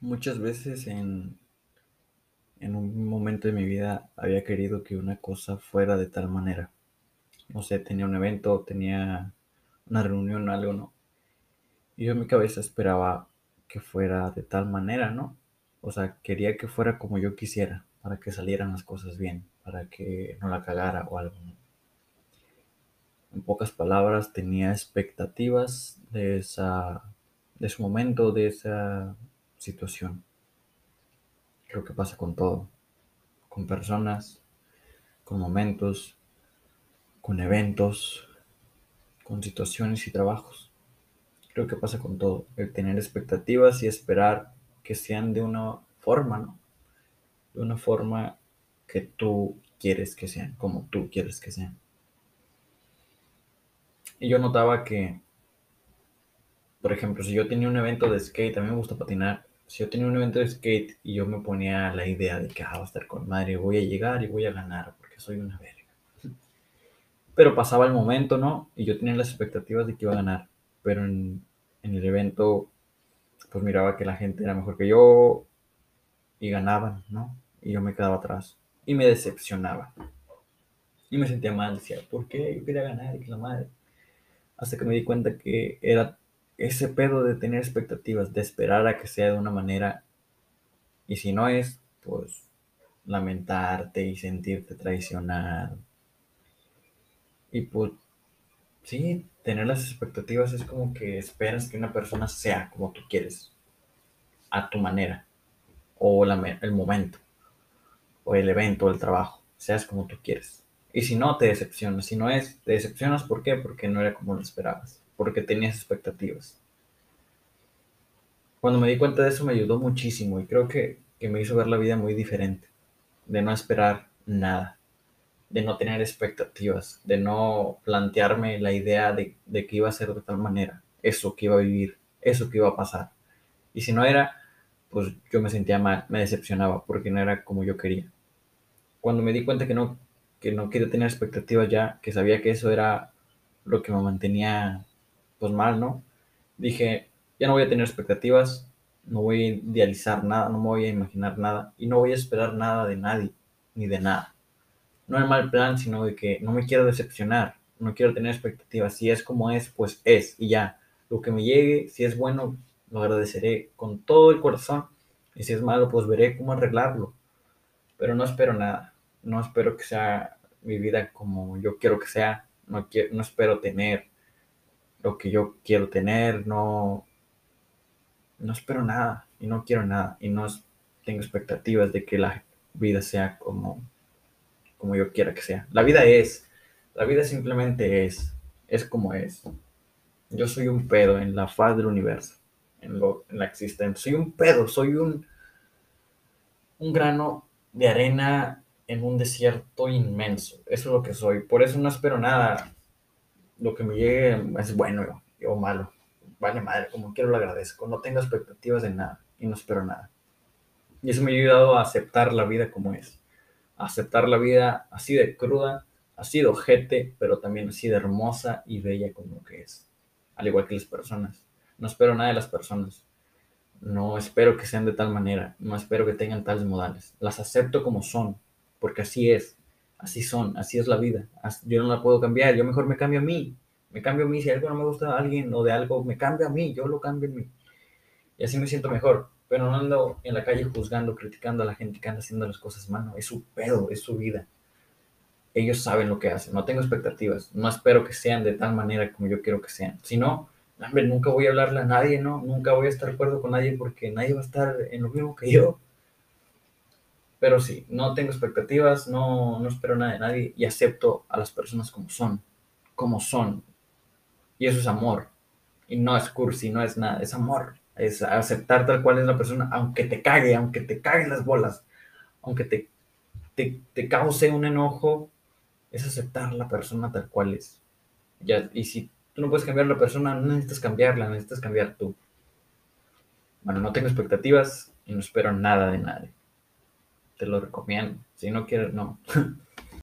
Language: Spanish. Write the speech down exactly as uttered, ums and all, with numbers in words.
Muchas veces en, en un momento de mi vida había querido que una cosa fuera de tal manera. No sé, tenía un evento, tenía una reunión, algo, ¿no? Y yo en mi cabeza esperaba que fuera de tal manera, ¿no? O sea, quería que fuera como yo quisiera, para que salieran las cosas bien, para que no la cagara o algo, ¿no? En pocas palabras, tenía expectativas de esa, de ese momento, de esa situación. Creo que pasa con todo, con personas, con momentos, con eventos, con situaciones y trabajos. Creo que pasa con todo, el tener expectativas y esperar que sean de una forma, ¿no? De una forma que tú quieres que sean, como tú quieres que sean. Y yo notaba que, por ejemplo, si yo tenía un evento de skate, a mí me gusta patinar, si yo tenía un evento de skate y yo me ponía la idea de que ah, va a estar con madre, voy a llegar y voy a ganar porque soy una verga. Pero pasaba el momento, ¿no? Y yo tenía las expectativas de que iba a ganar. Pero en, en el evento, pues miraba que la gente era mejor que yo y ganaban, ¿no? Y yo me quedaba atrás. Y me decepcionaba. Y me sentía mal, decía, ¿por qué? Yo quería ganar y que la madre. Hasta que me di cuenta que era ese pedo de tener expectativas, de esperar a que sea de una manera. Y si no es, pues lamentarte y sentirte traicionado. Y pues sí, tener las expectativas es como que esperas que una persona sea como tú quieres, a tu manera, o la el momento, o el evento, o el trabajo, seas como tú quieres. Y si no, te decepcionas. Si no es, te decepcionas, ¿por qué? Porque no era como lo esperabas, porque tenías expectativas. Cuando me di cuenta de eso me ayudó muchísimo y creo que, que me hizo ver la vida muy diferente, de no esperar nada, de no tener expectativas, de no plantearme la idea de, de que iba a ser de tal manera, eso que iba a vivir, eso que iba a pasar. Y si no era, pues yo me sentía mal, me decepcionaba porque no era como yo quería. Cuando me di cuenta que no, que no quería tener expectativas ya, que sabía que eso era lo que me mantenía pues mal, ¿no? Dije, ya no voy a tener expectativas, no voy a idealizar nada, no me voy a imaginar nada y no voy a esperar nada de nadie ni de nada. No en mal plan, sino de que no me quiero decepcionar, no quiero tener expectativas. Si es como es, pues es y ya. Lo que me llegue, si es bueno, lo agradeceré con todo el corazón. Y si es malo, pues veré cómo arreglarlo. Pero no espero nada. No espero que sea mi vida como yo quiero que sea. No, quiero, no espero tener lo que yo quiero tener. No, no espero nada y no quiero nada. Y no tengo expectativas de que la vida sea como como yo quiera que sea. La vida es, la vida simplemente es, es como es. Yo soy un pedo en la faz del universo, en, lo, en la existencia. Soy un pedo, soy un, un grano de arena en un desierto inmenso. Eso es lo que soy. Por eso no espero nada. Lo que me llegue es bueno o malo. Vale madre, como quiero lo agradezco. No tengo expectativas de nada y no espero nada. Y eso me ha ayudado a aceptar la vida como es. Aceptar la vida así de cruda, así de ojete, pero también así de hermosa y bella como que es. Al igual que las personas. No espero nada de las personas. No espero que sean de tal manera. No espero que tengan tales modales. Las acepto como son, porque así es. Así son, así es la vida. Yo no la puedo cambiar. Yo mejor me cambio a mí. Me cambio a mí. Si algo no me gusta de alguien o de algo, me cambio a mí. Yo lo cambio en mí. Y así me siento mejor. Pero no ando en la calle juzgando, criticando a la gente que anda haciendo las cosas mal. No, es su pedo, es su vida. Ellos saben lo que hacen. No tengo expectativas. No espero que sean de tal manera como yo quiero que sean. Si no, hombre, nunca voy a hablarle a nadie, ¿no? Nunca voy a estar de acuerdo con nadie porque nadie va a estar en lo mismo que yo. Pero sí, no tengo expectativas, no, no espero nada de nadie y acepto a las personas como son. Como son. Y eso es amor. Y no es cursi, no es nada. Es amor. Es aceptar tal cual es la persona, aunque te cague, aunque te caguen las bolas, aunque te, te, te cause un enojo, es aceptar la persona tal cual es. Ya, y si tú no puedes cambiar a la persona, no necesitas cambiarla, necesitas cambiar tú. Bueno, no tengo expectativas y no espero nada de nadie. Te lo recomiendo. Si no quieres, no.